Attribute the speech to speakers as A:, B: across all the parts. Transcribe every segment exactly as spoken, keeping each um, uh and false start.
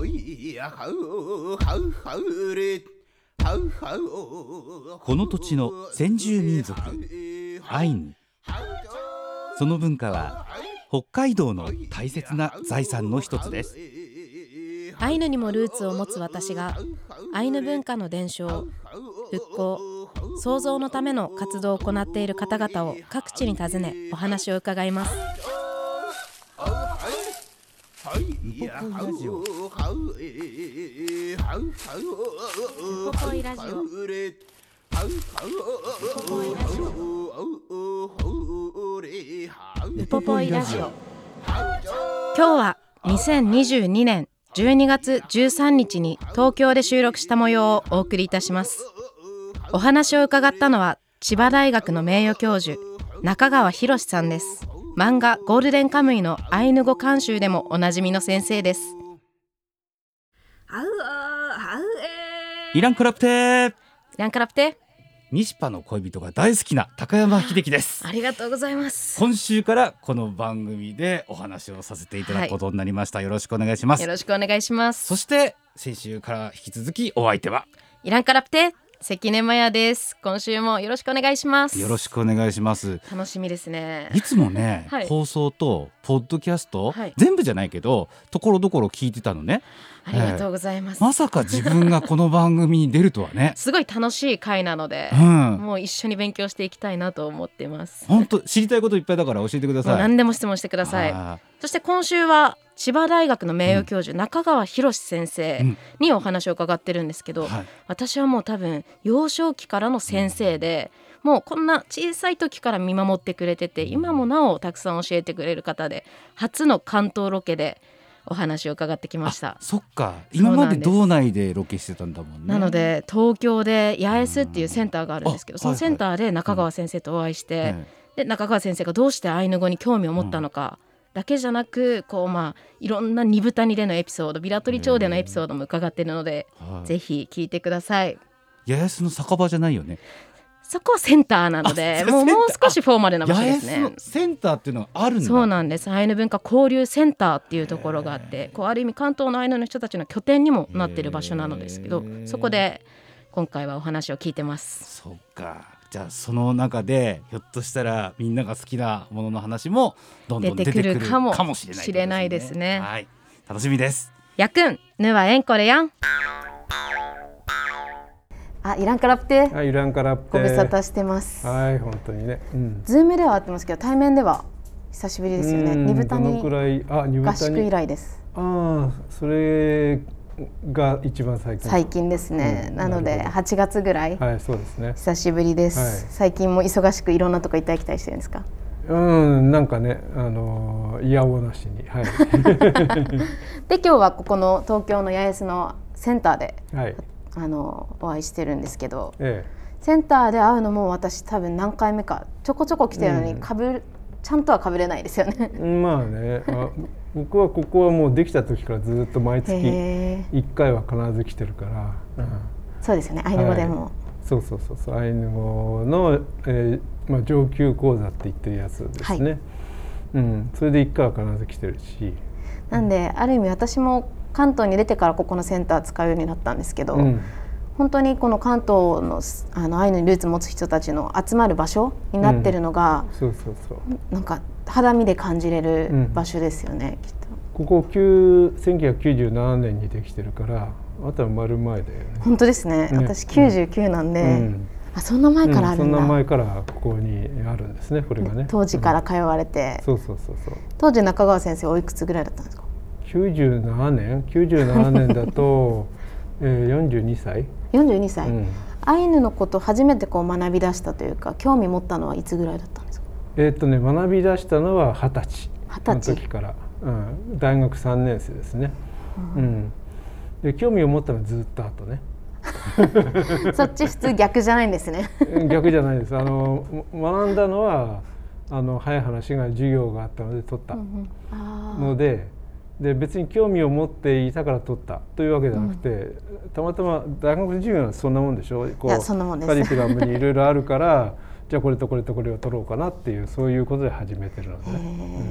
A: この土地の先住民族アイヌ、その文化は北海道の大切な財産の一つです。
B: アイヌにもルーツを持つ私がアイヌ文化の伝承、復興、創造のための活動を行っている方々を各地に訪ねお話を伺います。
A: ウポポイラジオ。ウ
B: ポポイラジオ。ウポポイラジオ。今日はにせんにじゅうにねんじゅうにがつじゅうさんにちに東京で収録した模様をお送りいたします。お話を伺ったのは千葉大学の名誉教授中川博さんです。漫画ゴールデンカムイのアイヌ語監修でもおなじみの先生です。
A: イランクラプテー。
B: イランクラプテ。
A: 西パの恋人が大好きな高山秀樹です。
B: ありがとうございます。
A: 今週からこの番組でお話をさせていただくことになりました、はい、よろしくお願いします。
B: よろしくお願いします。
A: そして先週から引き続きお相手は
B: イランカラプテ関根麻也です。今週もよろしくお願いします。
A: よろしくお願いします。
B: 楽しみですね。
A: いつもね、はい、放送とポッドキャスト、はい、全部じゃないけどところどころ聞いてたのね。
B: ありがとうございます、
A: えー、まさか自分がこの番組に出るとはね
B: すごい楽しい回なので、うん、もう一緒に勉強していきたいなと思ってます。
A: 本当知りたいこといっぱいだから教えてください。
B: もう何でも質問してください。そして今週は千葉大学の名誉教授、うん、中川博先生にお話を伺ってるんですけど、うんはい、私はもう多分幼少期からの先生で、うん、もうこんな小さい時から見守ってくれてて、今もなおたくさん教えてくれる方で、初の関東ロケでお話を伺ってきました。
A: そっか、今まで道内でロケしてたんだもんね。
B: なので東京で八重洲っていうセンターがあるんですけど、そのセンターで中川先生とお会いして、はいはい、で中川先生がどうしてアイヌ語に興味を持ったのか、うんだけじゃなくこう、まあ、いろんな二部谷でのエピソード、平取町でのエピソードも伺っているので、はい、ぜひ聞いてください。
A: 八重洲の酒場じゃないよね。
B: そこはセンターなのでもう、もう少しフォーマルな場所ですね。
A: 八重洲のセンターっていうのがあるんだ。
B: そうなんです。アイヌ文化交流センターっていうところがあって、こうある意味関東のアイヌの人たちの拠点にもなっている場所なのですけど、そこで今回はお話を聞いてます。
A: そうか、じゃあその中でひょっとしたらみんなが好きなものの話もどんどん出てくるかもしれないですね。はい、楽しみです。
B: やくんぬはえんこれやん。あ、イランカラプテ。
C: あ、イランカラプテ。
B: ご無沙汰してます。
C: はい、本当にね、うん、
B: ズームでは会ってますけど対面では久しぶりですよね。二部谷合宿以来です。
C: ああ、それが一番最近
B: 最近ですね、うん、なのではちがつぐらい、
C: はい、そうですね、
B: 久しぶりです、はい、最近も忙しくいろんなとこ行ったり来たりしてるんですか？
C: うん、なんかね、あのいやおなしに、はい
B: で今日はここの東京の八重洲のセンターで、はい、あのお会いしてるんですけど、ええ、センターで会うのも私多分何回目かちょこちょこ来てるのにかぶ、うん、ちゃんとはかぶれないですよね。
C: まあね、あ僕はここはもうできた時からずっと毎月いっかいは必ず来てるから、
B: うん、そうですよね、アイヌ語でも、
C: はい、そうそうそうそう、アイヌ語の、えーまあ、上級講座って言ってるやつですね、はい、うん、それでいっかいは必ず来てるし、
B: なんである意味私も関東に出てからここのセンター使うようになったんですけど、うん、本当にこの関東 の, あのアイヌにルーツ持つ人たちの集まる場所になってるのが、
C: うん、そうそうそう、
B: なんか肌身で感じれる場所ですよね、うん、きっと。
C: ここせんきゅうひゃくきゅうじゅうななねんにできてるから、あとは丸前だよね。
B: 本当ですね、ね、私きゅうじゅうきゅうなんで、うん、あ、そんな前からあるんだ、
C: うん、そんな前からここにあるんですね、これがね、
B: 当時から通われて、
C: うん、そうそうそうそう。
B: 当時中川先生おいくつぐらいだったんですか？
C: きゅうじゅうななねんきゅうじゅうななねんだと、えー、よんじゅうにさい
B: よんじゅうにさい、うん、アイヌのこと初めてこう学び出したというか興味持ったのはいつぐらいだったんですか？
C: えーっとね、学び出したのははたちの時から、うん、大学さんねん生ですね、うんうん、で興味を持ったのはずっと後ね
B: そっち普通逆じゃないんですね
C: 逆じゃないです。あの学んだのはあの早い話が授業があったので取ったので、うんうんで別に興味を持っていたから取ったというわけじゃなくて、うん、たまたま大学の授業はそんなもんでしょ。こう
B: いやそんなもんです。
C: カリキュラムにいろいろあるからじゃあこれとこれとこれを取ろうかなっていうそういうことで始めてるので、ね、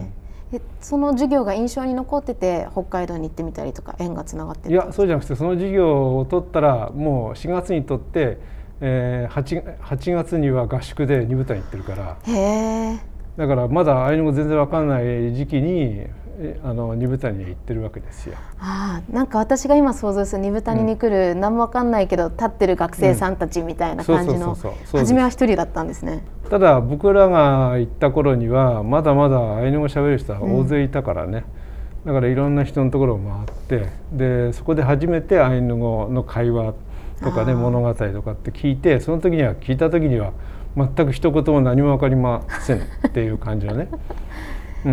B: えその授業が印象に残ってて北海道に行ってみたりとか縁がつながってる？
C: いやそうじゃなくて、その授業を取ったらもうしがつに取って、えー、8, 8月には合宿でに部隊行ってるから。
B: へー。
C: だからまだアイヌ語全然わかんない時期にあのに部隊に行ってるわけですよ。
B: ああ、なんか私が今想像するに部隊に来る、うん、何もわかんないけど立ってる学生さんたちみたいな感じの、初めは一人だったんですね。
C: ただ僕らが行った頃にはまだまだアイヌ語喋る人は大勢いたからね、うん、だからいろんな人のところを回って、でそこで初めてアイヌ語の会話とかね物語とかって聞いて、その時には聞いた時には全く一言も何も分かりませんっていう感じのね、うん、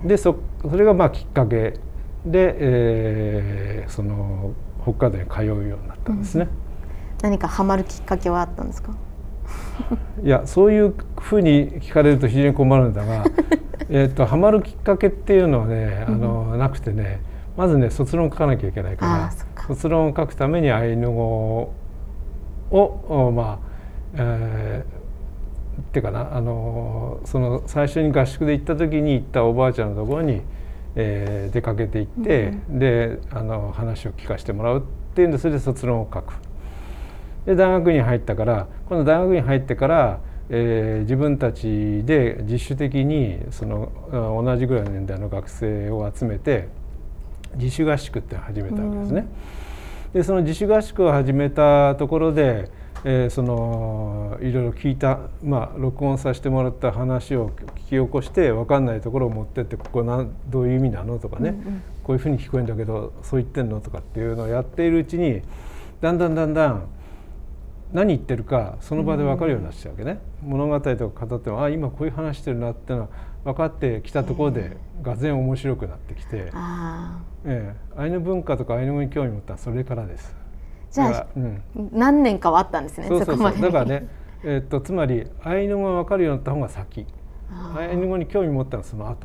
C: で そ, それがまあきっかけで、えー、その北海道に通うようになったんですね、うん、
B: 何かハマるきっかけはあったんですか？
C: いやそういうふうに聞かれると非常に困るんだがえとハマるきっかけっていうのはね、あのなくてね、まずね卒論書かなきゃいけないから卒論を書くためにアイヌ語をまあ、えーっていうかな、あのその最初に合宿で行った時に行ったおばあちゃんのところに、えー、出かけて行って、うん、であの話を聞かせてもらうっていうんで、それで卒論を書く。で大学に入ったから、今度大学に入ってから、えー、自分たちで自主的にその同じぐらいの年代の学生を集めて自主合宿って始めたわけですね、うん、でその自主合宿を始めたところで、えー、そのいろいろ聞いた、まあ、録音させてもらった話を聞き起こして分かんないところを持ってって、ここなんどういう意味なのとかね、うんうん、こういうふうに聞こえるんだけどそう言ってんのとかっていうのをやっているうちにだんだんだんだん何言ってるかその場で分かるようになってきたわけね、うん、物語とか語ってもあ今こういう話してるなっていうのは分かってきたところでがぜん面白くなってきて、あ、ええ、アイヌ文化とかアイヌ語に興味持ったのはそれからです。
B: じゃあ、うん、何年かはあったんですね。
C: そうそうそう、だからね、えー、っとつまりアイヌ語が分かるようになった方が先、アイヌ語に興味持ったのはその後。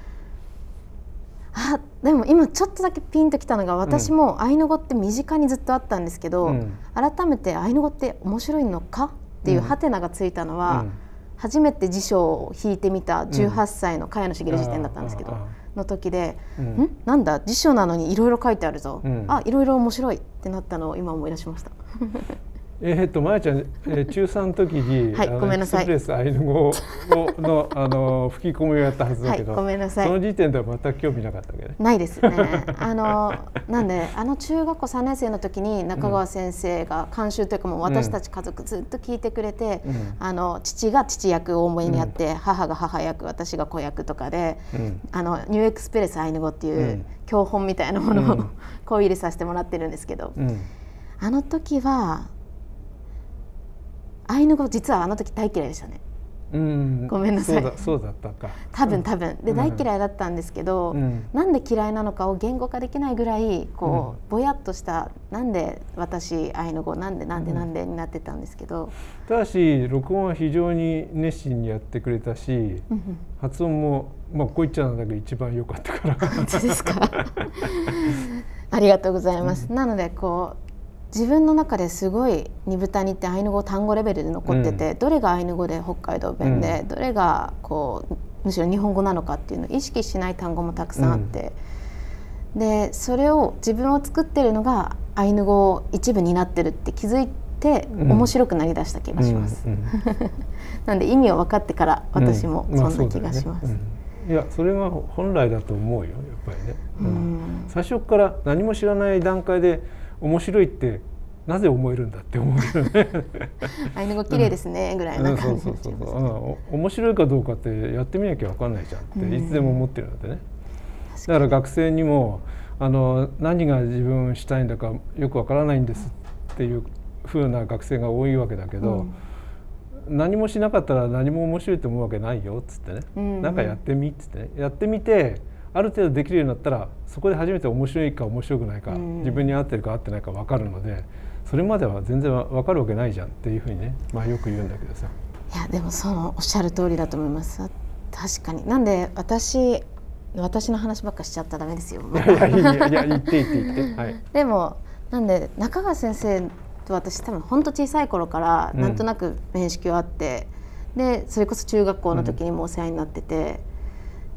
B: あ、でも今ちょっとだけピンときたのが、私もアイヌ語って身近にずっとあったんですけど、うん、改めてアイヌ語って面白いのかっていうハテナがついたのは、うん、初めて辞書を引いてみたじゅうはっさいの茅野茂辞典だったんですけど、うん、の時で、うん、んなんだ辞書なのにいろいろ書いてあるぞ、うん、あいろいろ面白いってなったのを今思い出しました。
C: えー、っとまやちゃん、えー、中さんの時に、
B: はい、ごめんなさい、
C: エクスプレスアイヌ語のあの吹き込みをやったはずだけど、
B: はい、ごめんなさい、
C: その時点では全く興味なかったわけね。
B: ないですね。あのなんであの中学校さんねん生の時に中川先生が監修というかもう私たち家族ずっと聞いてくれて、うん、あの父が父役を思いにあって、うん、母が母役私が子役とかで、うん、あのニューエクスプレスアイヌ語っていう教本みたいなものを、うん、こう入れさせてもらってるんですけど、うん、あの時はアイヌ語実はあの時大嫌いでしたね。うん、ごめんなさい。
C: そうだ、そうだったか。
B: 多分多分で、うん、大嫌いだったんですけど、うん、なんで嫌いなのかを言語化できないぐらいこう、うん、ぼやっとしたなんで私アイヌ語なんでなんでなんでになってたんですけど、
C: ただし録音は非常に熱心にやってくれたし、うん、発音もまあこう言っちゃうんだけど一番良かったから。
B: 本当ですか。ありがとうございます。うん、なのでこう自分の中ですごい二部谷ってアイヌ語単語レベルで残ってて、うん、どれがアイヌ語で北海道弁で、うん、どれがこうむしろ日本語なのかっていうのを意識しない単語もたくさんあって、うん、でそれを自分を作ってるのがアイヌ語一部になってるって気づいて、うん、面白くなりだした気がします、うんうん、なんで意味を分かってから私もそんな気がします、うんまあ
C: いやそれが本来だと思うよやっぱりね、うん、最初から何も知らない段階で面白いってなぜ思えるんだって思うよね。
B: アイヌ語綺麗ですね、うん、ぐらいな感じですね。
C: 面白いかどうかってやってみなきゃ分かんないじゃんっていつでも思ってるのでね、うん、だから学生にもあの何が自分したいんだかよく分からないんですっていう風な学生が多いわけだけど、うん、何もしなかったら何も面白いと思うわけないよっつってね、うんうん、なんかやってみっつってねやってみてある程度できるようになったらそこで初めて面白いか面白くないか、うん、自分に合ってるか合ってないか分かるのでそれまでは全然分かるわけないじゃんっていうふうにね、まあ、よく言うんだけどさ。
B: いやでもそのおっしゃる通りだと思います。確かになんで私私の話ばっかしちゃったらダメですよ。
C: いやいやいやいや言って言って言って、はい、
B: でもなんで中川先生と私多分本当小さい頃からなんとなく面識はあって、うん、でそれこそ中学校の時にもお世話になってて、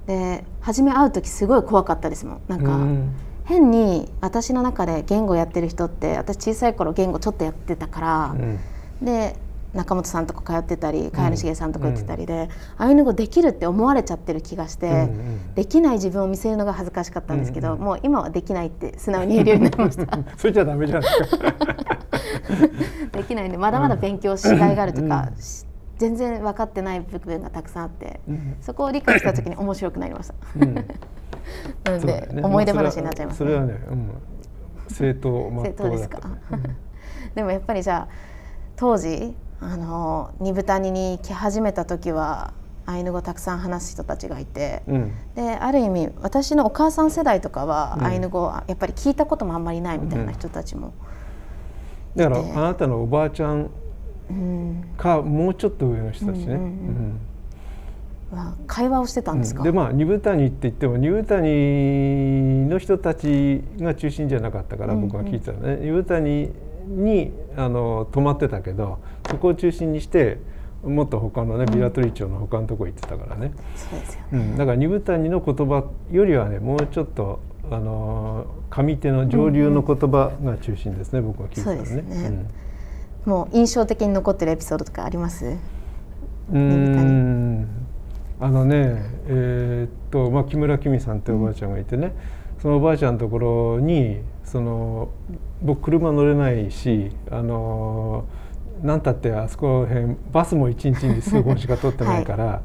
B: で初め会う時すごい怖かったですもん。なんか、うん、変に私の中で言語やってる人って、私小さい頃言語ちょっとやってたから、うん、で中本さんとか通ってたり茅野茂さんとか言ってたりで、うん、アイヌ語できるって思われちゃってる気がして、うんうん、できない自分を見せるのが恥ずかしかったんですけど、うんうん、もう今はできないって素直に言えるようになりました
C: それじゃダメじゃないですか
B: できないんで、まだまだ勉強しがいがあるとか、うん、全然分かってない部分がたくさんあって、うん、そこを理解した時に面白くなりました、うん、なので、ね、思い出話になっちゃいますね。
C: それはね、うん、正当まっとうだった。正当ですか
B: でもやっぱりじゃあ当時あの二部谷に来始めた時はアイヌ語たくさん話す人たちがいて、うん、である意味私のお母さん世代とかは、うん、アイヌ語やっぱり聞いたこともあんまりないみたいな人たちもいて、
C: だからあなたのおばあちゃんかもうちょっと上の人たちね、うんうん
B: うん、会話をしてたんですか。
C: うん、でまあ二部谷って言っても二部谷の人たちが中心じゃなかったから、僕が聞いてたのね、うんうん、二部谷にあの泊まってたけど、そこを中心にしてもっと他のね、ビラトリ町の他のとこ行ってたからね、
B: そうですよね、
C: うん、だから二部谷の言葉よりはね、もうちょっとあの上手の上流の言葉が中心ですね、うんうん、僕は聞いてたのね。そうですね、
B: うん、もう印象的に残ってるエピソードとかあります？
C: うーん、あのね、えー、っと、まあ、木村きみさんっておばあちゃんがいてね、うん、そのおばあちゃんのところにその僕車乗れないし、あのなんたってあそこら辺バスも一日に数本しか取ってないから、はい、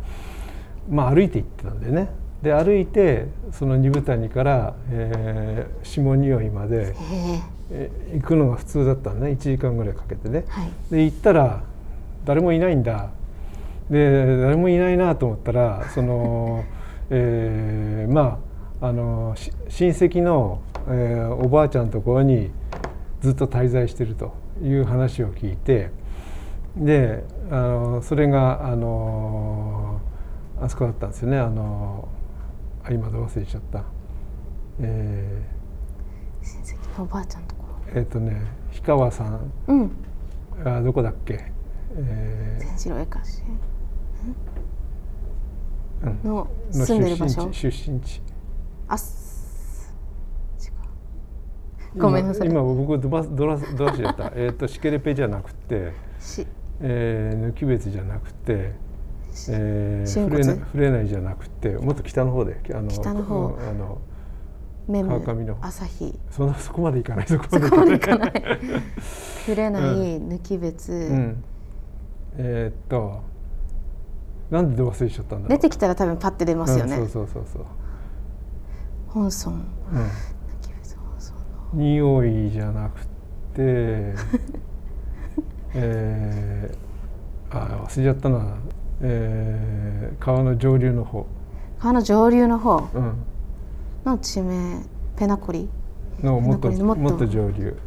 C: まあ歩いて行ってたんでね。で歩いてその二部谷から、えー、下仁井まで、えー、行くのが普通だったのね。いちじかんぐらいかけてね、はい、で行ったら誰もいないんだ。で誰もいないなと思ったら、その、えー、まああの親戚の、えー、おばあちゃんのところにずっと滞在してるという話を聞いて、であのそれがあのあそこだったんですよね。あのあ今で忘れちゃった、え
B: ー、親戚のおばあちゃんのとこ
C: ろ、えっ、ー、とね氷川さん、うん、あどこだっけ、
B: えー、千代栄かしの住んでる場所、
C: 出身地、
B: あごめんなさい。
C: 今僕ドラドラドラシだった。えっとシケレペじゃなくて、えー、抜き別じゃなくて、えー、触れない触れないじゃなくて、もっと北の方で、あの
B: 北の方、
C: あの
B: 川上の朝日、
C: そんなそこまで行かない、そこ
B: まで行かない。触れない、抜き別、うん、
C: えー、っとなんで忘れちゃったんだろう。
B: 出てきたら多分パッて出ますよね。
C: うん、そうそうそうそう。
B: 本村。うん
C: 匂いじゃなくて、えー、あ忘れちゃったな、えー、川の上流の方
B: 川の上流の方の地名、ペナコリ
C: のもっともっと上流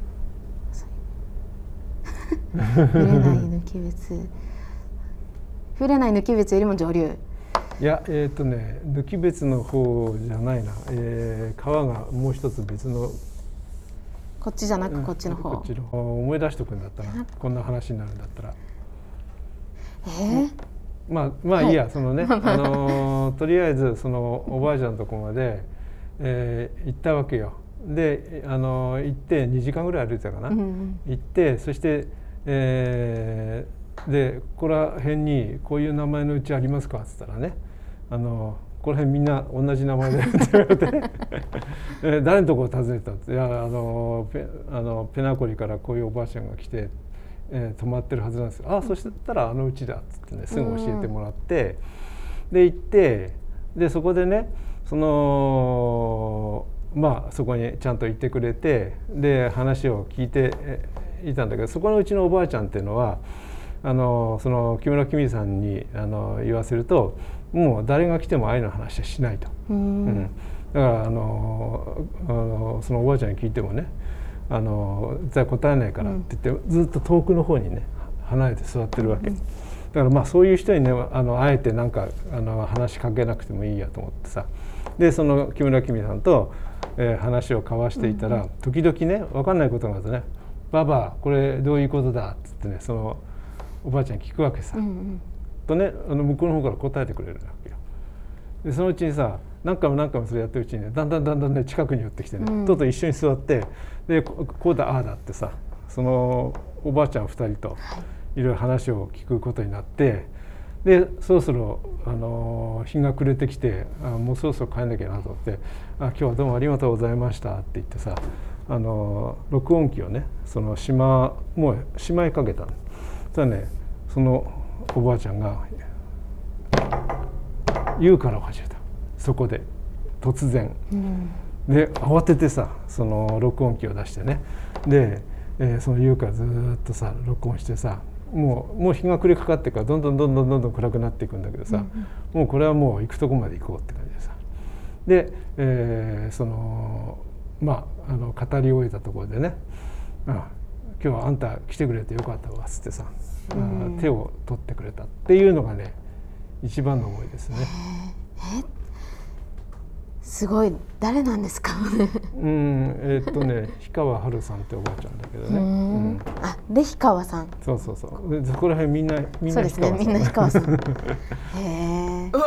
B: 触れない抜き別触れない抜き別よりも上流。
C: いや、えっ、ー、とね抜き別の方じゃないな、えー、川がもう一つ別の
B: こっちじゃなくこっちの方、
C: こっちの方思い出しとくんだったら、こんな話になるんだったら、
B: えー、
C: まあまあいいや、はい、そのねあのとりあえずそのおばあちゃんのとこまで、えー、行ったわけよ。であの行ってにじかんぐらい歩いてたかな、うんうん、行ってそして、えー、でここら辺にこういう名前のうちありますかって言ったらね、あのここら辺みんな同じ名前でって言われてえ誰のところを訪ねたって、いやあのペあのペナコリからこういうおばあちゃんが来て、えー、泊まってるはずなんですよ。ああそしたらあのうちだっつってねすぐ教えてもらって、うん、で行ってでそこでねそのまあそこにちゃんと行ってくれてで話を聞いていたんだけど、そこのうちのおばあちゃんっていうのはあのその木村きみさんにあの言わせるともう誰が来ても愛の話はしないと。うん、うん、だからあのあのそのおばあちゃんに聞いてもねあの絶対答えないからって言って、うん、ずっと遠くの方にね離れて座ってるわけ、うん、だからまあそういう人にねあのあえてなんかあの話しかけなくてもいいやと思ってさ、でその木村きみさんと、えー、話を交わしていたら、うん、時々ね分かんないことがあるとね「ばばこれどういうことだ」っつってねそのおばあちゃんに聞くわけさ。うんうんとね、あの向こうの方から答えてくれるわけよ。 でそのうちにさ何回も何回もそれやってるうちにねだんだんだんだんね近くに寄ってきてね、うん、とうとう一緒に座ってでこうだああだってさそのおばあちゃんふたりといろいろ話を聞くことになって。でそろそろ、あのー、日が暮れてきてあもうそろそろ帰んなきゃなと思って「あ今日はどうもありがとうございました」って言ってさ、あのー、録音機をねそのしまもうしまいかけたの。そしたらねそのおばあちゃんが言うからを始めたそこで突然、うん、で慌ててさその録音機を出してねで、えー、その言うからずっとさ録音してさもうもう日が暮れかかってからどんどんどんどんどんどん暗くなっていくんだけどさ、うんうん、もうこれはもう行くとこまで行こうって感じでさで、えー、そのまああの語り終えたところでね「あ今日はあんた来てくれてよかったわ」っつってさ、うん、手を取ってくれたっていうのがね一番の思いですね。
B: えすごい誰なんですか
C: うんえー、っとね氷川春さんっておばあちゃんだけどね。うん、
B: あで氷川さん。
C: そうそうそうでそこら辺みんなみんな氷川さん。
B: そうですねみんな氷川さん。へえ。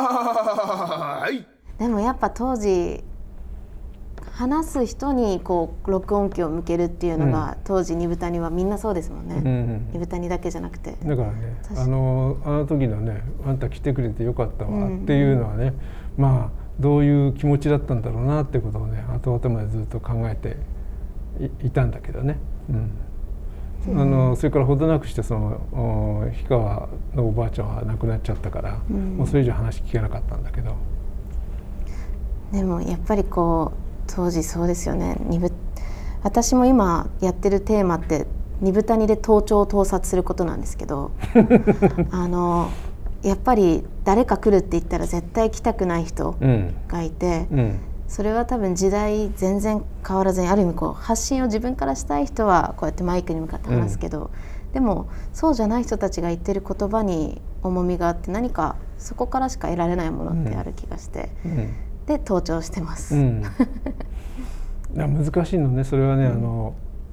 B: でもやっぱ当時話す人にこう録音機を向けるっていうのが、うん、当時二部谷はみんなそうですもんね。うんうん、二部谷だけじゃなくて。
C: だからねあのあの時のねあんた来てくれてよかったわっていうのはね、うん、まあどういう気持ちだったんだろうなってことをね後々までずっと考えて い, いたんだけどね、うん、あのそれからほどなくしてその氷川のおばあちゃんは亡くなっちゃったから、うん、もうそれ以上話聞けなかったんだけど
B: でもやっぱりこう当時そうですよね二部私も今やってるテーマって二部谷で盗聴を盗撮することなんですけどあのやっぱり誰か来るって言ったら絶対来たくない人がいて、うんうん、それは多分時代全然変わらずにある意味こう発信を自分からしたい人はこうやってマイクに向かって話すけど、うん、でもそうじゃない人たちが言ってる言葉に重みがあって何かそこからしか得られないものってある気がして、うん、で盗聴してます、うん、
C: いや難しいのねそれはね、うん、あの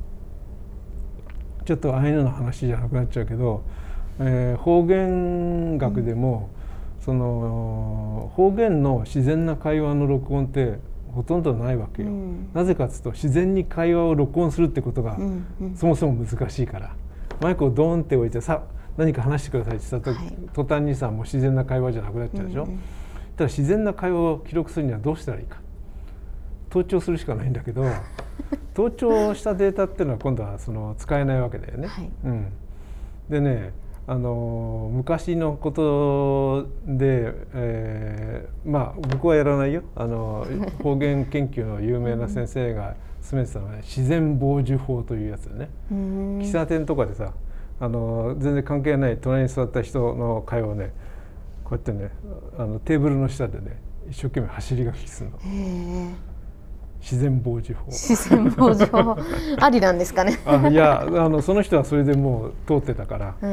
C: ちょっとアイヌの話じゃなくなっちゃうけどえー、方言学でも、うん、その方言の自然な会話の録音ってほとんどないわけよ、うん、なぜかというと自然に会話を録音するってことが、うんうん、そもそも難しいからマイクをドーンって置いてさ何か話してくださいって言った、はい、途端にさもう自然な会話じゃなくなっちゃうでしょ、うんうん、ただ自然な会話を記録するにはどうしたらいいか盗聴するしかないんだけど盗聴したデータっていうのは今度はその使えないわけだよね、はいうん、でねあの昔のことで、えー、まあ僕はやらないよあの方言研究の有名な先生が進めてたのは、ね、自然傍受法というやつでね喫茶店とかでさあの全然関係ない隣に座った人の会話をねこうやってねあのテーブルの下でね一生懸命走り書きするの。自然傍受法
B: 自然傍受法ありなんですかね
C: あいやあのその人はそれでもう通ってたから、うん、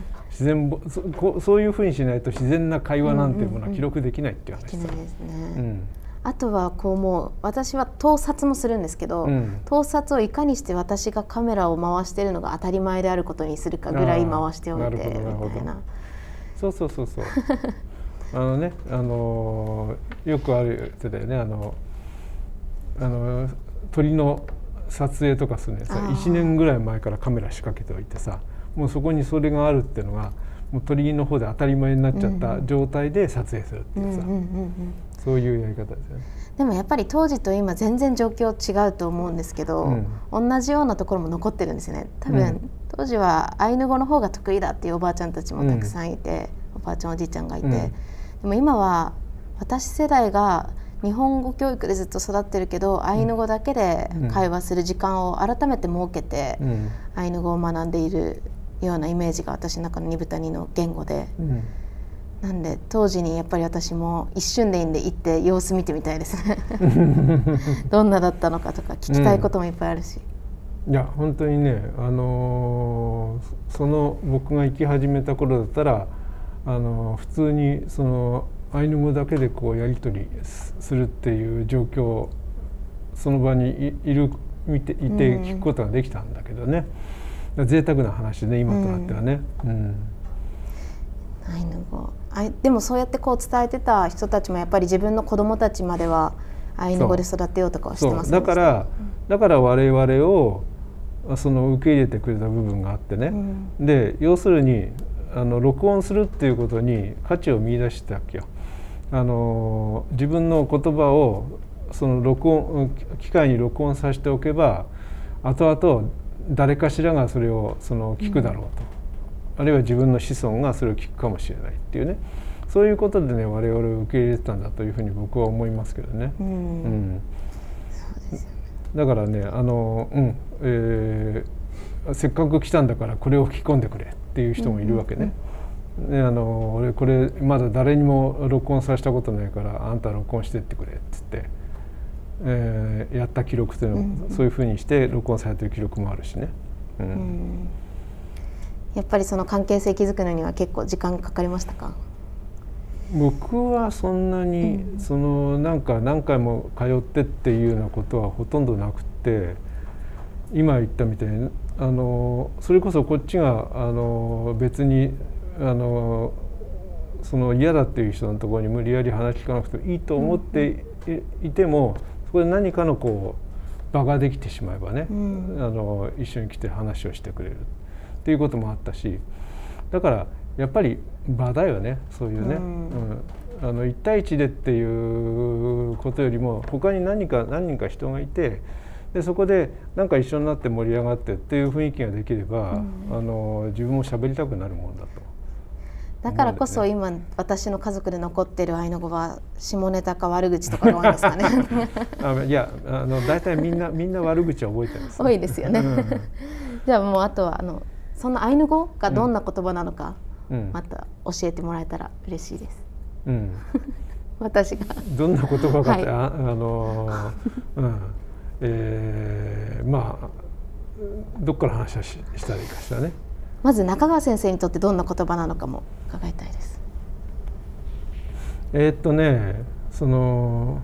C: 自然 そ, そういうふうにしないと自然な会話なんていうものは記録できないっていう話です、うんうんうん、できないですね、うん、
B: あとはこうもう私は盗撮もするんですけど、うん、盗撮をいかにして私がカメラを回しているのが当たり前であることにするかぐらい回しておいてみたいな
C: そうそうそうそうあのねあのよくあるやつだよねあのあの鳥の撮影とかするねいちねんぐらい前からカメラ仕掛けておいてさもうそこにそれがあるっていうのがもう鳥の方で当たり前になっちゃった状態で撮影するっていうさそういうやり方ですよね。
B: でもやっぱり当時と今全然状況違うと思うんですけど、うん、同じようなところも残ってるんですよね多分、うん、当時はアイヌ語の方が得意だっていうおばあちゃんたちもたくさんいて、うん、おばあちゃんおじいちゃんがいて、うん、でも今は私世代が日本語教育でずっと育ってるけどアイヌ語だけで会話する時間を改めて設けて、うん、アイヌ語を学んでいるようなイメージが私の中の二部谷の言語で、うん、なんで当時にやっぱり私も一瞬でいいんで行って様子見てみたいですねどんなだったのかとか聞きたいこともいっぱいあるし、
C: うん、いや本当にね、あのー、その僕が行き始めた頃だったら、あのー、普通にそのアイヌ語だけでこうやり取りするっていう状況その場に い, いる見ていて聞くことができたんだけどね、うん、贅沢な話ね今となってはね、うんうん、
B: アイヌ語あでもそうやってこう伝えてた人たちもやっぱり自分の子供たちまではアイヌ語で育てようとかはしてます
C: ね。だからだから我々をその受け入れてくれた部分があってね、うん、で要するにあの録音するっていうことに価値を見出したわけよ。あの自分の言葉をその録音機械に録音させておけば後々誰かしらがそれをその聞くだろうと、うん、あるいは自分の子孫がそれを聞くかもしれないっていうね、そういうことでね我々を受け入れてたんだというふうに僕は思いますけどね。うんうん、そうですよね。だからねあの、うんえー、せっかく来たんだからこれを吹き込んでくれっていう人もいるわけね。うんうんうん、であの俺これまだ誰にも録音させたことないからあんた録音してってくれっつって、えー、やった記録というのを、うんうん、そういうふうにして録音されてる記録もあるしね。うんうん、
B: やっぱりその関係性築くのには結構時間かかりましたか？
C: 僕はそんなに、うん、そのなんか何回も通ってっていうようなことはほとんどなくて、今言ったみたいにあのそれこそこっちがあの別にあのその嫌だっていう人のところに無理やり話聞かなくてもいいと思っていても、そこで何かのこう場ができてしまえばね、うん、あの一緒に来て話をしてくれるっていうこともあったし、だからやっぱり場だよね、そういうね、うんうん、あの一対一でっていうことよりも他に何か何人か人がいて、でそこでなんか一緒になって盛り上がってっていう雰囲気ができれば、うん、あの自分も喋りたくなるもんだと。
B: だからこそ今私の家族で残ってるアイヌ語は下ネタか悪口とかが多いんですかね。
C: あいやあの大体みんなみんな悪口は覚えてます、
B: ね、多いですよね。うん、じゃあもうあとはあのそのアイヌ語がどんな言葉なのか、うん、また教えてもらえたら嬉しいです。うん、私が
C: どんな言葉かって、はい、あ, あの、うんえー、まあどっから話を し, したらいいかしらね。
B: まず中川先生にとってどんな言葉なのかも伺いたいです。
C: えー、っとねその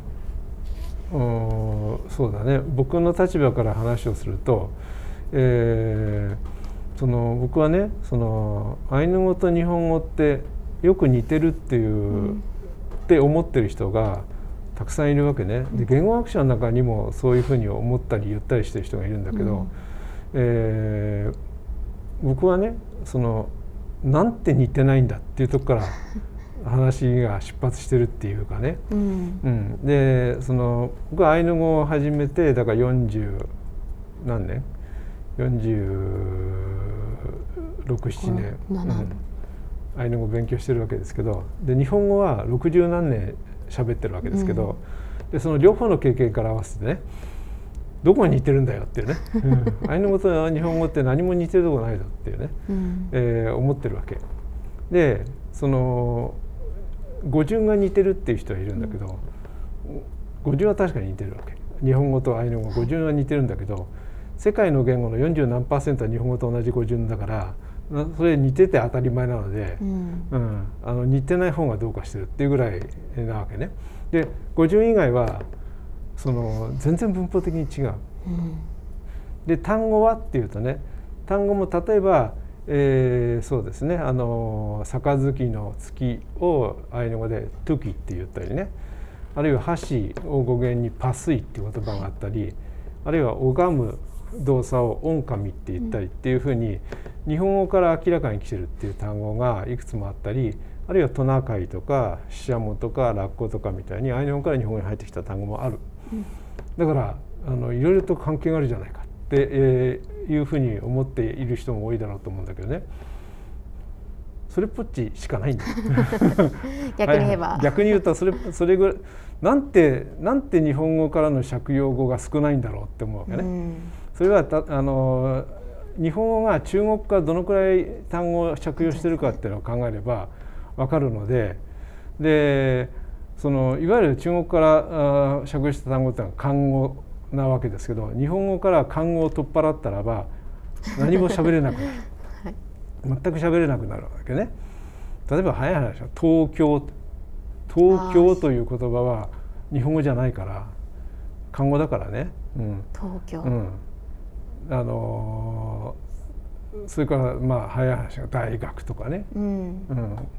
C: そうだね、僕の立場から話をすると、えー、その僕はねそのアイヌ語と日本語ってよく似てるっていう、うん、って思ってる人がたくさんいるわけね。で言語学者の中にもそういうふうに思ったり言ったりしてる人がいるんだけど、うんえー、僕はねそのなんて似てないんだっていうとこから話が出発してるっていうかね、うんうん、でその僕はアイヌ語を始めてだからよんじゅう何年よんじゅうろく、ななねん、うん、アイヌ語を勉強してるわけですけど、で日本語はろくじゅうなんねん喋ってるわけですけど、うん、でその両方の経験から合わせてねどこが似てるんだよっていうね、うん、アイヌ語と日本語って何も似てるとこないぞっていうね、うんえー、思ってるわけで、その語順が似てるっていう人はいるんだけど、うん、語順は確かに似てるわけ。日本語とアイヌ語語順は似てるんだけど、世界の言語のよんじゅうなんパーセントは日本語と同じ語順だからそれ似てて当たり前なので、うんうん、あの似てない方がどうかしてるっていうぐらいなわけね。で語順以外はその全然文法的に違う、うん、で単語はっていうとね、単語も例えば、えー、そうですねあの杯の月をアイヌ語でトゥキって言ったりね、あるいは箸を語源にパスイっていう言葉があったり、あるいは拝む動作をオンカミって言ったりっていうふうに日本語から明らかに来てるっていう単語がいくつもあったり、あるいはトナカイとかシシャモとかラッコとかみたいにアイヌ語から日本語に入ってきた単語もある。だからあのいろいろと関係があるじゃないかって、えー、いうふうに思っている人も多いだろうと思うんだけどね、それっぽっちしかないんだよ。
B: 逆に言えば、はい、
C: 逆に言うとそれそれぐらいなんてなんて日本語からの借用語が少ないんだろうって思うわけね。うん、それはたあの日本語が中国からどのくらい単語を借用してるかっていうのを考えれば分かるので、でそのいわゆる中国から借用した単語っていうのは漢語なわけですけど、日本語から漢語を取っ払ったらば何も喋れなくなる、はい、全く喋れなくなるわけね。例えば早い話は東京東京という言葉は日本語じゃないから漢語だからね、うん、
B: 東京、
C: うん、あのそれからまあ早い話が大学とかね、うんうん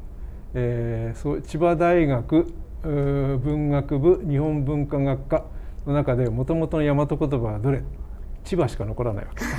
C: えー、そう千葉大学文学部日本文化学科の中でもともとの大和言葉はどれ？千葉しか残らないわけ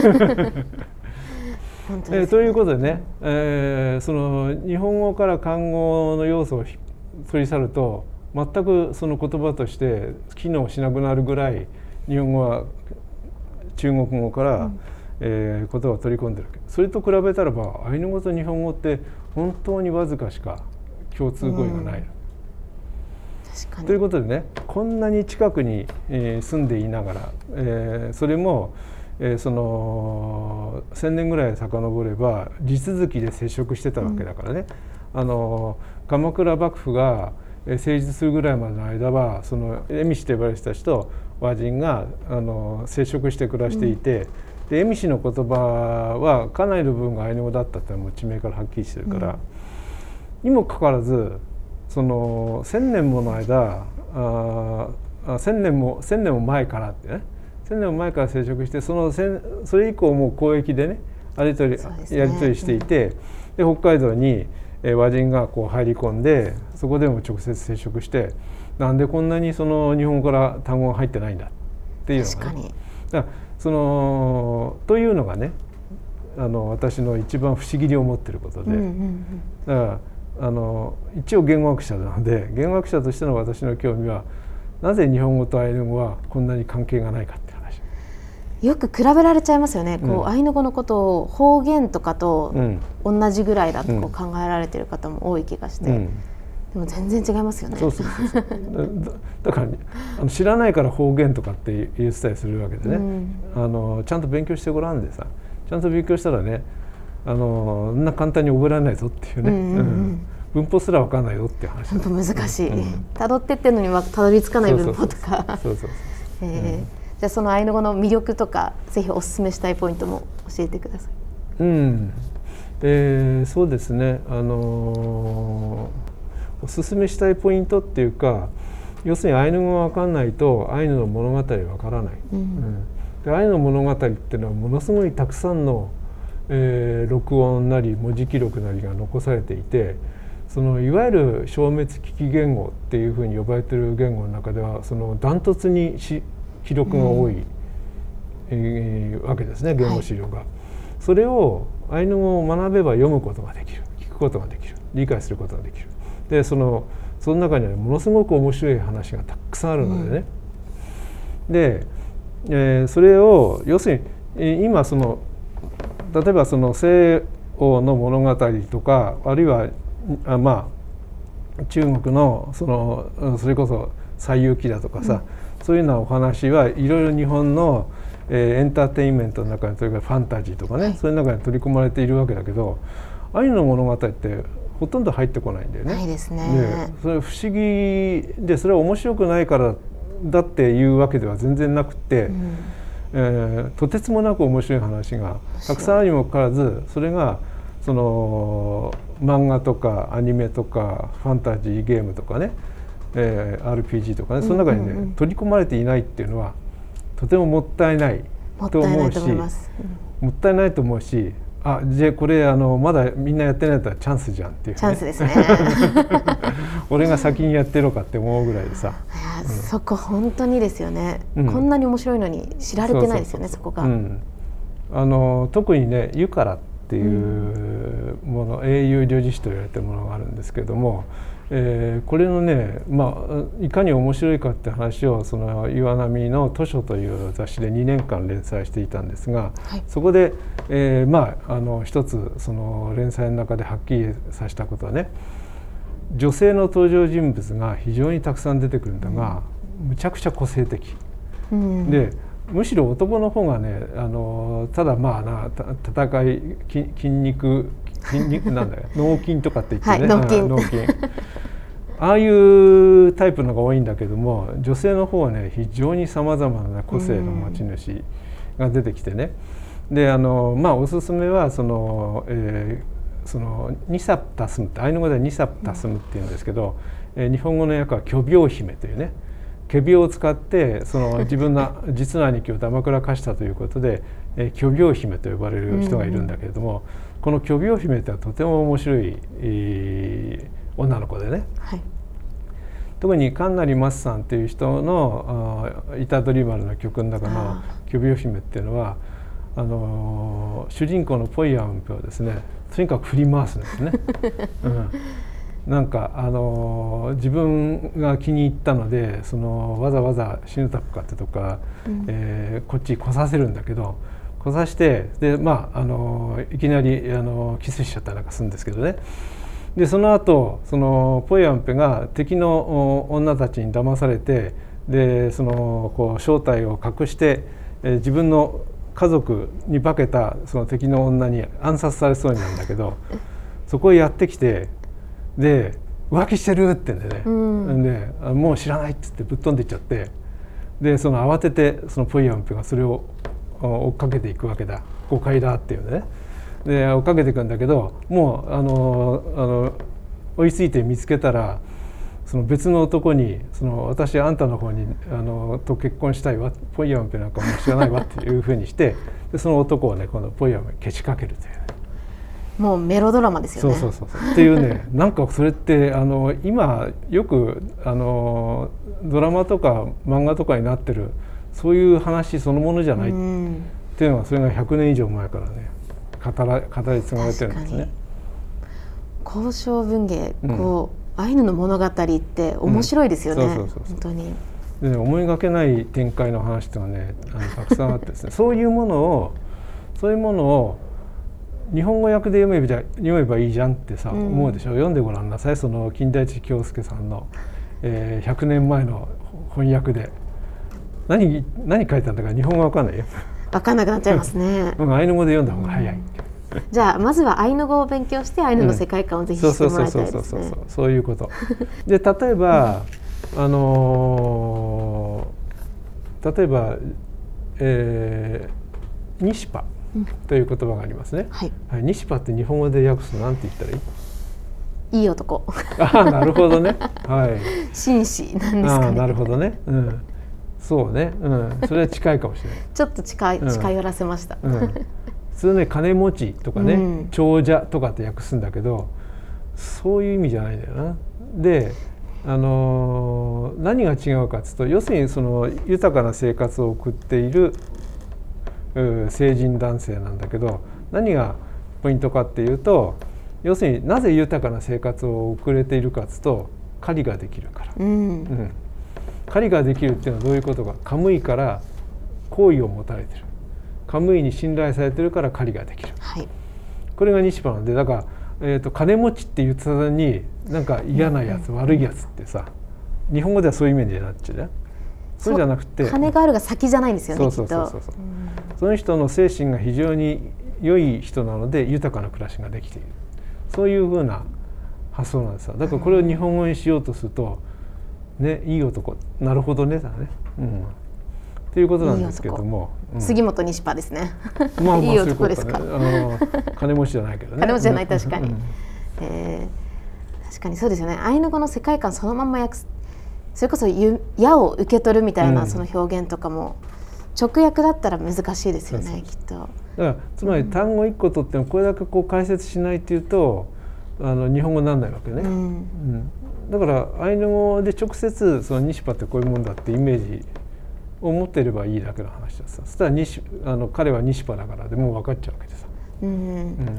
C: 本当ですね。えー、ということでね、えー、その日本語から漢語の要素を取り去ると全くその言葉として機能しなくなるぐらい日本語は中国語から、うんえー、言葉を取り込んでるわけ。それと比べたらばアイヌ語と日本語って本当にわずかしか共通語彙がない、うん、確かに。ということでね、こんなに近くに、えー、住んでいながら、えー、それも、えー、そのせんねんぐらい遡れば地続きで接触してたわけだからね、うん、あの鎌倉幕府が成立するぐらいまでの間はその蝦夷と呼ばれてた人と和人があの接触して暮らしていて、うん、で蝦夷の言葉はかなりの部分がアイヌ語だったってのはもう地名からはっきりしてるから、うん、にもかかわらずその千年もの間あ千年も千年も前からってね千年も前から接触してそのそれ以降も交易でねやり取り、ね、やり取りしていて、うん、で北海道に和人がこう入り込んでそこでも直接接触してなんでこんなにその日本語から単語が入ってないんだっていうのが、ね、確かにだからそのというのがねあの私の一番不思議に思っていることで、うんうんうん、だからあの一応言語学者なので言語学者としての私の興味はなぜ日本語とアイヌ語はこんなに関係がないかって話。
B: よく比べられちゃいますよね、うん、こうアイヌ語のことを方言とかと同じぐらいだとこう考えられている方も多い気がして、うん、でも全然違いますよね。
C: そうそうそうだ, だからあの知らないから方言とかって言ってたりするわけでね、うん、あのちゃんと勉強してごらんでさちゃんと勉強したらねあのそんな簡単に覚えられないぞっていうね、うんうんうん、文法すら分からないよっていう話。
B: 本当難しい、うん、辿ってってんのにはたどり着かない文法とかそうそうそうそう、えーじゃあそのアイヌ語の魅力とかぜひお勧めしたいポイントも教えてください。
C: うんえー、そうですね、あのー、お勧めしたいポイントっていうか要するにアイヌ語が分かんないとアイヌの物語は分からない、うんうん、でアイヌの物語っていうのはものすごいたくさんの、えー、録音なり文字記録なりが残されていてそのいわゆる消滅危機言語っていうふうに呼ばれている言語の中ではそのダントツにし記録が多い、うんえー、わけですね言語資料が、はい、それをアイヌ語を学べば読むことができる聞くことができる理解することができるでそのその中にはものすごく面白い話がたくさんあるのでね、うん、で、えー、それを要するに今その例えばその西欧の物語とかあるいはあまあ中国のそのそれこそ西遊記だとかさ、うん、そういうようなお話はいろいろ日本の、えー、エンターテインメントの中にそれからファンタジーとかね、はい、そういう中に取り込まれているわけだけどアイヌの物語ってほとんど入ってこないんだよね。
B: ないですね。
C: でそれ不思議でそれは面白くないからだっていうわけでは全然なくて、うんえー、とてつもなく面白い話がたくさんあるにもかかわらずそれがその漫画とかアニメとかファンタジーゲームとかねえー、アールピージー とかねその中にね、うんうんうん、取り込まれていないっていうのはとてももったいないと思うしもったいないと思うしあじゃあこれあのまだみんなやってないんだったらチャンスじゃんっていう、ね、
B: チャンスですね
C: 俺が先にやってろかって思うぐらいでさ、
B: うん、そこ本当にですよね、うん、こんなに面白いのに知られてないですよねそこが、うん、あの
C: 特にねユカラっていうもの、うん、英雄旅事誌と言われてるものがあるんですけれどもえー、これのね、まあ、いかに面白いかって話をその岩波の図書という雑誌でにねんかん連載していたんですが、はい、そこで、えー、まああの一つその連載の中ではっきりさせたことはね女性の登場人物が非常にたくさん出てくるんだが、うん、むちゃくちゃ個性的、うん、でむしろ男の方がねあのただまあな戦い筋, 筋肉筋肉なんだよ脳筋とかって言ってね、はい、脳筋、脳筋ああいうタイプのが多いんだけども女性の方はね非常にさまざまな個性の持ち主が出てきてねであのまあおすすめはその、えー、そのニサプタスムってアイヌ語ではニサプタスムっていうんですけど、えー、日本語の訳は巨鋲姫というね仮病を使ってその自分の実の兄貴をだまくらかしたということで、えー、巨鋲姫と呼ばれる人がいるんだけれども、うんうん、この巨鋲姫ってはとても面白い、えー女の子でね、
B: はい、
C: 特に神成松さんっていう人の虎杖丸の曲の中の「巨鋲姫」っていうのはあのー、主人公のポイヤンペをですねとにかく振り回すんですね。うん、なんか、あのー、自分が気に入ったのでそのわざわざ死ぬたくかってとか、うん、えー、こっち来させるんだけど来さしてで、まああのー、いきなり、あのー、キスしちゃったりなんかするんですけどね。でその後そのポイヤンペが敵の女たちに騙されてでそのこう正体を隠して、えー、自分の家族に化けたその敵の女に暗殺されそうになるんだけどそこへやってきてで浮気してるって言うんでね、うん、でもう知らないっつってぶっ飛んでいっちゃってでその慌ててそのポイヤンペがそれを追っかけていくわけだ誤解だっていうねで追っかけていくんだけどもうあのあの追いついて見つけたらその別の男にその私あんたの方にあのと結婚したいわポイヤンペなんかもう知らないわっていうふうにしてでその男をね今度ポイヤンペけしかけるという、ね、
B: もうメロドラマですよね。
C: そうそうそうそうっていうねなんかそれってあの今よくあのドラマとか漫画とかになってるそういう話そのものじゃないっていうのはそれがひゃくねん以上前からね語ら語り継がれてるんですね。
B: 交渉文芸こう、うんアイヌの物語って面白いですよね。本当に。
C: で、ね、思いがけない展開の話っていうのはねあのたくさんあってですねそういうものをそういうものを日本語訳で読めば読めばいいじゃんってさ、うん、思うでしょ。読んでごらんなさいその金田一京介さんの、えー、ひゃくねんまえの翻訳で何何書いたんだか日本語わかんないよ。
B: わかんなくなっちゃいますね。
C: うん、アイヌ語で読んだ方が早い。うん
B: じゃあまずはアイヌ語を勉強してアイヌの世界観をぜひ知ってもらいたいですね。
C: そうそうそうそうそういうこと。で例えばあのー、例えば、えー、ニシパという言葉がありますね。はいはい、ニシパって日本語で訳すと何て言ったらいい？
B: いい男。
C: ああなるほどね。はい。
B: 紳士なんですかね。
C: ああなるほどね。うん。そうね。うん。それは近いかもしれない。
B: ちょっと近い近寄らせました。うんうん
C: 普通ね金持ちとかね、うん、長者とかって訳すんだけどそういう意味じゃないんだよな。で、あのー、何が違うかっていうと要するにその豊かな生活を送っている成人男性なんだけど何がポイントかっていうと要するになぜ豊かな生活を送れているかっていうと狩りができるから、うんうん、狩りができるっていうのはどういうことかカムイから好意を持たれてるカムイに信頼されてるから狩りができる、はい、これがニシパなんでだから、えーと、金持ちって言ったのになんか嫌なやつ、うん、悪いやつってさ日本語ではそういうイメージになっちゃうじゃん。そうじゃなくて
B: 金があるが先じゃないんですよね。
C: そうそうそうそうそう、うん、その人の精神が非常に良い人なので豊かな暮らしができているそういうふうな発想なんですよ。だからこれを日本語にしようとするとねいい男なるほどねだね、うんっていうことなんですけども、
B: いいうん、杉本ニシパですね。
C: まあまあいい男ですか。あの金持ちじゃないけどね。
B: 金持ちじゃない確かに。うんえー、確かにそうですよね。アイヌ語の世界観そのまんま訳す、それこそ矢を受け取るみたいなその表現とかも、うん、直訳だったら難しいですよねそうそうきっと。だ
C: からつまり単語一個取ってもこれだけこう解説しないっていうとあの日本語にならないわけね。うんうん、だからアイヌ語で直接そのニシパってこういうもんだってイメージを持っていればいいだけの話ださ。そしたらニシあの彼はニシパだからでもう分かっちゃうわけでさ。うんうん、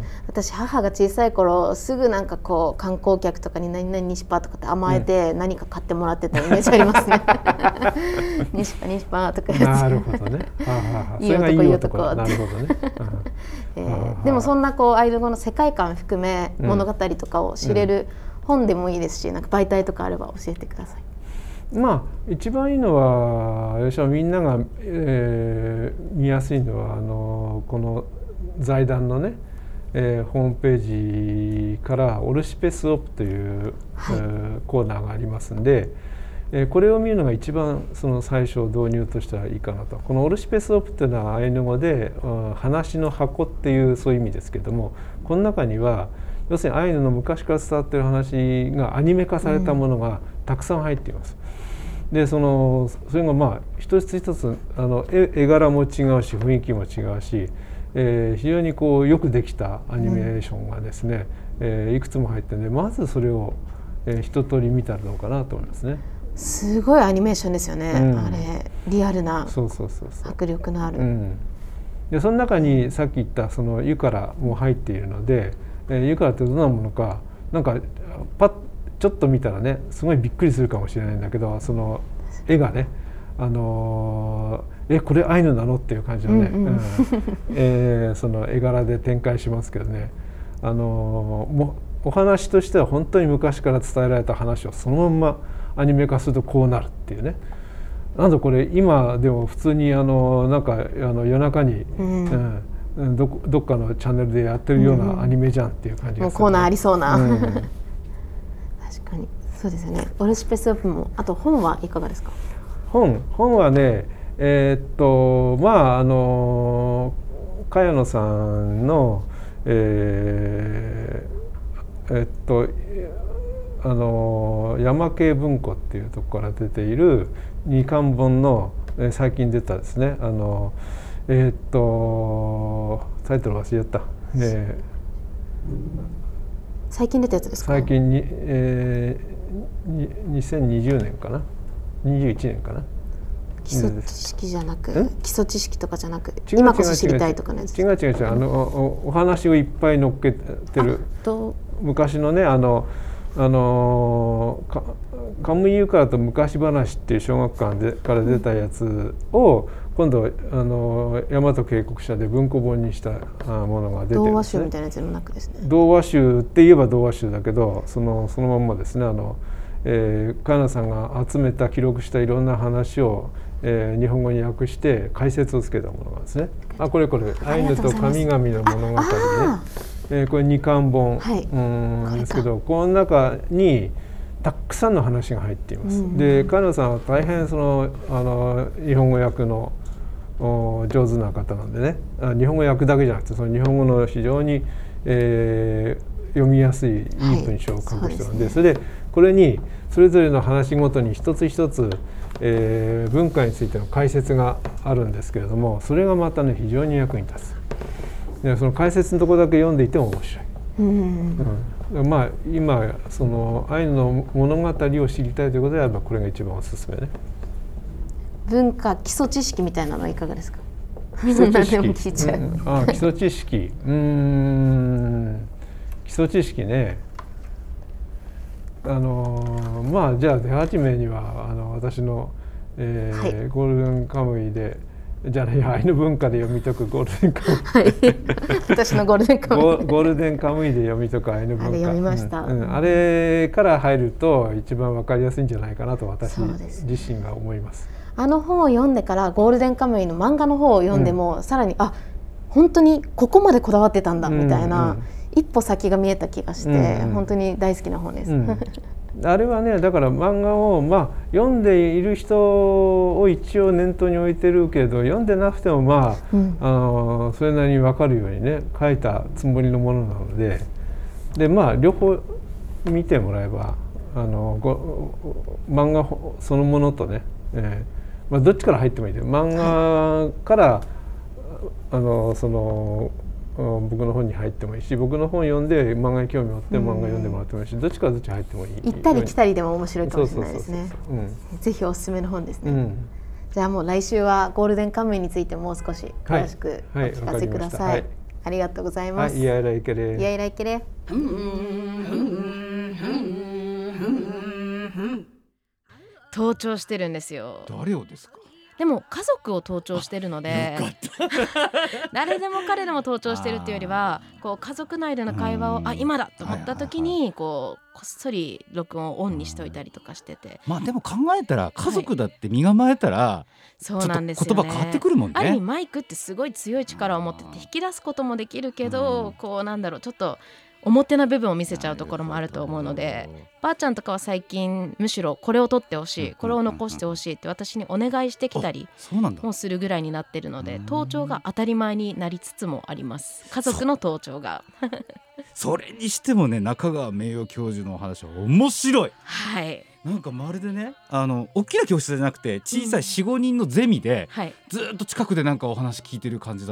B: 私母が小さい頃すぐなんかこう観光客とかに何々ニシパとかって甘えて何か買ってもらってたイメージありますね。ニシパニシパとかやつ。
C: なるほどね。いい男いい男。なるほどね。
B: えー、でもそんなこうアイヌ語の世界観含め物語とかを知れる本でもいいですし、なんか媒体とかあれば教えてください。
C: まあ一番いいのは私はみんなが、えー、見やすいのはあのこの財団のね、えー、ホームページからオルシペスオプという、はいえー、コーナーがありますんで、えー、これを見るのが一番その最初導入としてはいいかなと。このオルシペスオプっていうのはアイヌ語で、うん、話の箱っていうそういう意味ですけどもこの中には要するにアイヌの昔から伝わっている話がアニメ化されたものがたくさん入っています。うんでそのそれがまあ一つ一つあの 絵, 絵柄も違うし雰囲気も違うし、えー、非常にこうよくできたアニメーションがですね、うんえー、いくつも入ってねまずそれをえー、一通り見たらどうかなと思いますね。
B: すごいアニメーションですよね、うん、あれリアルな迫力のある。
C: うん、でその中にさっき言ったその湯からも入っているので、えー、湯からってどんなものかなんかパッちょっと見たらねすごいびっくりするかもしれないんだけど、その絵がね、あのー、えこれアイヌなのっていう感じのね、うんうんえー、その絵柄で展開しますけどね、あのー、もお話としては本当に昔から伝えられた話をそのまんまアニメ化するとこうなるっていうね。なんだこれ今でも普通にあのなんかあの夜中に、うんうん、ど, どっかのチャンネルでやってるようなアニメじゃんっていう感じがする、ね、
B: もうコーナーありそうな、うん、確かにそうですよね。オルシペスオープンもあと本はいかがですか？
C: 本本はねえー、っとまああの茅野さんのえー、えー、っとあの山系文庫っていうところから出ているにかんぼんの、えー、最近出たですね、あのえー、っとタイトル忘れちゃった、え
B: ー、最近出たやつですか？
C: 最近に、えー、にせんにじゅうねんかなにじゅういちねんかな。
B: 基礎知識じゃなく基礎知識とかじゃなく今こそ知りたいとかのやつ。
C: 違う違う違う、あの お, お話をいっぱい載っけてる昔のねあのあのカムイユカラと昔話っていう小学館でから出たやつを今度あの大和渓谷社で文庫本にしたものが出てるんですね。童話集
B: みたいなやつの中ですね。
C: 童話集って言えば童話集だけどそのそのまんまですね。あのえー、茅野さんが集めた記録したいろんな話を、えー、日本語に訳して解説をつけたものなんですね。あこれこれアイヌと神々の物語ね、えー、これにかんぼん、はい、うんですけどこの中にたくさんの話が入っています。うん、で茅野さんは大変そのあの日本語訳の上手な方なんでね、あ日本語訳だけじゃなくてその日本語の非常に、えー、読みやすいいい文章を書く人なんで、はい、それでこれにそれぞれの話ごとに一つ一つ、えー、文化についての解説があるんですけれども、それがまたね非常に役に立つ。でその解説のところだけ読んでいても面白い。うんうん、まあ今そのアイヌの物語を知りたいということであればこれが一番おすすめね。
B: 文化基礎知識みたいなのはいかがですか？
C: 基礎知識、うん、あ基礎知識うーん基礎知識ね。あのまあじゃあ手始めにはあの私の、えーはい、ゴールデンカムイでじゃあねアイヌ文化で読み解くゴールデンカムイ、はい、
B: 私のゴールデンカムイ
C: ゴールデンカムイで読み解くアイヌ文化、
B: あれ読みました、
C: うんうん、あれから入ると一番わかりやすいんじゃないかなと私自身が思います。
B: あの本を読んでからゴールデンカムイの漫画の方を読んでも、うん、さらにあ本当にここまでこだわってたんだみたいな、うんうん、一歩先が見えた気がして、うんうん、本当に大好きな本です、うん、
C: あれはねだから漫画を、まあ、読んでいる人を一応念頭に置いてるけど読んでなくてもまあ、うん、あのそれなりに分かるようにね書いたつもりのものなので、でまあ両方見てもらえばあのご漫画そのものとね、えーまあ、どっちから入ってもいいです。漫画からあのその僕の本に入ってもいいし、僕の本読んで漫画に興味を持って漫画読んでもらってもいいし、どっちからどっち入ってもいい。
B: 行ったり来たりでも面白いかもしれないですね。ぜひおすすめの本ですね、うん、じゃあもう来週はゴールデンカムイについてもう少し詳しくお聞かせください、はいはい、ありがとうございます。
C: いやいらいけれ
B: いやいらいけれ盗聴してるんですよ。
A: 誰をですか？
B: でも家族を盗聴してるので誰でも彼でも盗聴してるっていうよりはこう家族内での会話をあ今だと思った時にこうこっそり録音をオンにしといたりとかしてて、
A: まあでも考えたら家族だって身構えたら、はい、
B: そうなんですよね、
A: 言葉変わってくるもんね。
B: ある意味マイクってすごい強い力を持ってて引き出すこともできるけど、こうなんだろうちょっと表な部分を見せちゃうところもあると思うので、ばあちゃんとかは最近むしろこれを取ってほしい、これを残してほしいって私にお願いしてきたりもするぐらいになってるので、盗聴が当たり前になりつつもあります。家族の盗聴が
A: そ, それにしてもね中川名誉教授のお話は面白い。
B: はい、
A: なんかまるでねあの大きな教室じゃなくて小さい よん,ご 人のゼミで、うんはい、ずっと近くでなんかお話聞いてる感じだった。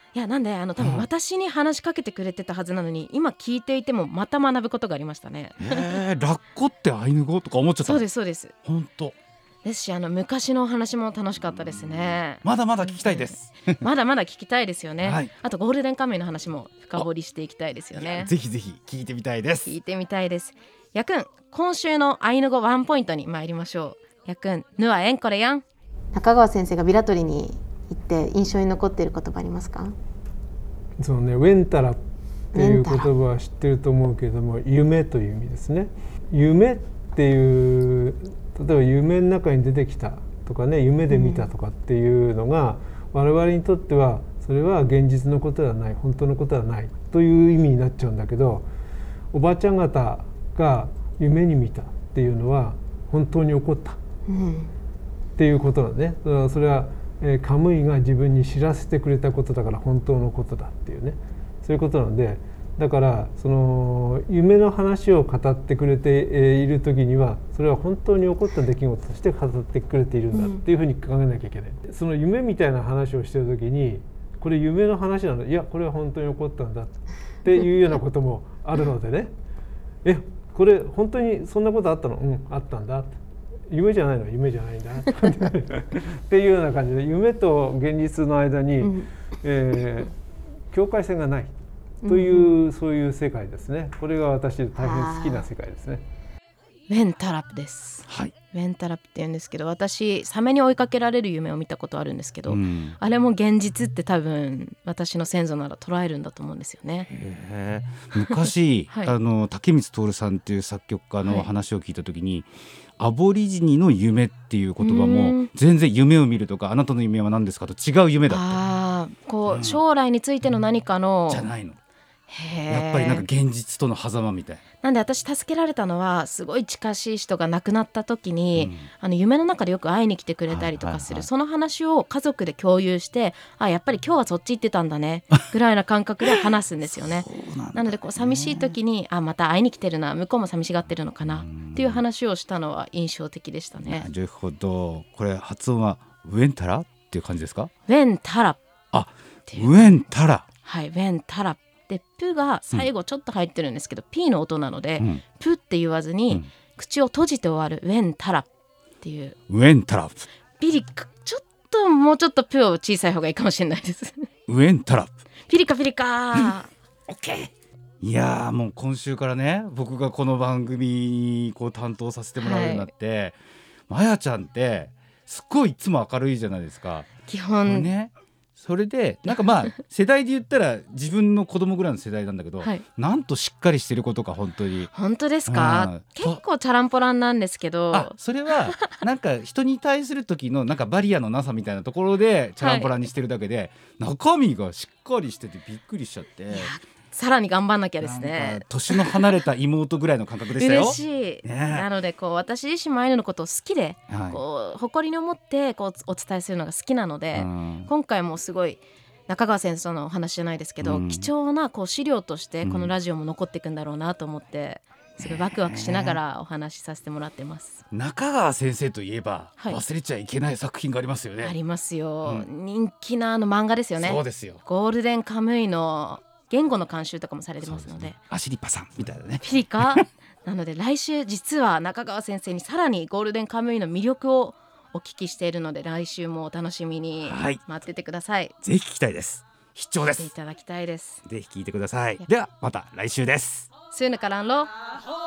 B: いやなんであの多分私に話しかけてくれてたはずなのに、今聞いていてもまた学ぶことがありましたね。
A: えー、ラッコってアイヌ語とか思っちゃった。
B: そうですそうです。
A: 本当
B: ですし、あの昔のお話も楽しかったですね。
A: まだまだ聞きたいです、
B: うん、まだまだ聞きたいですよね、
A: はい、
B: あとゴールデンカムイの話も深掘りしていきたいですよね。
A: ぜひぜひ聞いてみたいです。
B: 聞いてみたいです。やくん、今週のアイヌ語ワンポイントに参りましょう。やくん、ぬはえんこれやん。
D: 中川先生がビラトリに行って印象に残っている言葉ありますか？
C: そうね、ウェンタラっていう言葉は知ってると思うけれども、夢という意味ですね。夢っていう、例えば夢の中に出てきたとかね、夢で見たとかっていうのが、うん、我々にとってはそれは現実のことではない、本当のことではないという意味になっちゃうんだけど、おばあちゃん方が夢に見たっていうのは本当に起こった、うん、っていうことなんね。それはカムイが自分に知らせてくれたことだから本当のことだっていうね、そういうことなんで、だからその夢の話を語ってくれている時にはそれは本当に起こった出来事として語ってくれているんだっていうふうに考えなきゃいけない、うん、その夢みたいな話をしている時にこれ夢の話なんだ、いやこれは本当に起こったんだっていうようなこともあるのでねえこれ本当にそんなことあったの？うんあったんだ、夢じゃないの？夢じゃないんだっていうような感じで、夢と現実の間に、うんえー、境界線がないという、うん、そういう世界ですね。これが私大変好きな世界ですね。
B: ウェンタラプです、はい、ウェンタラプって言うんですけど、私サメに追いかけられる夢を見たことあるんですけど、うん、あれも現実って多分私の先祖なら捉えるんだと思うんですよね。
A: へ昔、はい、あの竹光徹さんっていう作曲家の話を聞いた時に、はい、アボリジニの夢っていう言葉も全然夢を見るとかあなたの夢は何ですかと違う夢だった。
B: あこう、うん、将来についての何かの
A: じゃないの、やっぱりなんか現実との狭間みたい
B: なんで、私助けられたのはすごい近しい人が亡くなった時に、うん、あの夢の中でよく会いに来てくれたりとかする、はいはいはい、その話を家族で共有して、あやっぱり今日はそっち行ってたんだねぐらいな感覚で話すんですよねな, ねなのでこう寂しい時にあまた会いに来てるな、向こうも寂しがってるのかなっていう話をしたのは印象的でしたね。
A: なるほど。これ発音はウェンタラっていう感じですか？
B: ウェンタラ
A: あウェンタラ
B: はいウェンタラでプが最後ちょっと入ってるんですけど、うん、P の音なので、うん、プって言わずに、うん、口を閉じて終わるウェンタラっていう
A: ウェンタラ
B: ピリカちょっともうちょっとプを小さい方がいいかもしれないです
A: ウェンタラ
B: ピリカピリカ
A: オッケー。いやもう今週からね僕がこの番組こう担当させてもらうようになって、はい、まやちゃんってすっごいいつも明るいじゃないですか
B: 基本
A: ね。それでなんかまあ世代で言ったら自分の子供ぐらいの世代なんだけど、はい、なんとしっかりしてることか本当に。
B: 本当ですか、うん、結構チャランポランなんですけど、
A: あそれはなんか人に対する時のなんかバリアのなさみたいなところでチャランポランにしてるだけで、はい、中身がしっかりしててびっくりしちゃって、
B: さらに頑張んなきゃですね。
A: 年の離れた妹ぐらいの感覚でしたよ
B: 嬉しい、ね、なのでこう私自身もアイヌのことを好きで、はい、こう誇りに思ってこうお伝えするのが好きなので、うん、今回もすごい中川先生のお話じゃないですけど、うん、貴重なこう資料としてこのラジオも残っていくんだろうなと思って、うん、すごいワクワクしながらお話しさせてもらってます。
A: 中川先生といえば、はい、忘れちゃいけない作品がありますよね。
B: ありますよ、うん、人気なあの漫画ですよね。
A: そうですよ。
B: ゴールデンカムイの言語の監修とかもされてますの で, で、ね、
A: アシリパさんみたいなね
B: ピリカなので来週実は中川先生にさらにゴールデンカムイの魅力をお聞きしているので、来週もお楽しみに待っててください、はい、
A: ぜひ聞きたいです。必聴です。
B: いただきたいです。
A: ぜひ聞いてください。ではまた来週です。
B: スーヌカランロ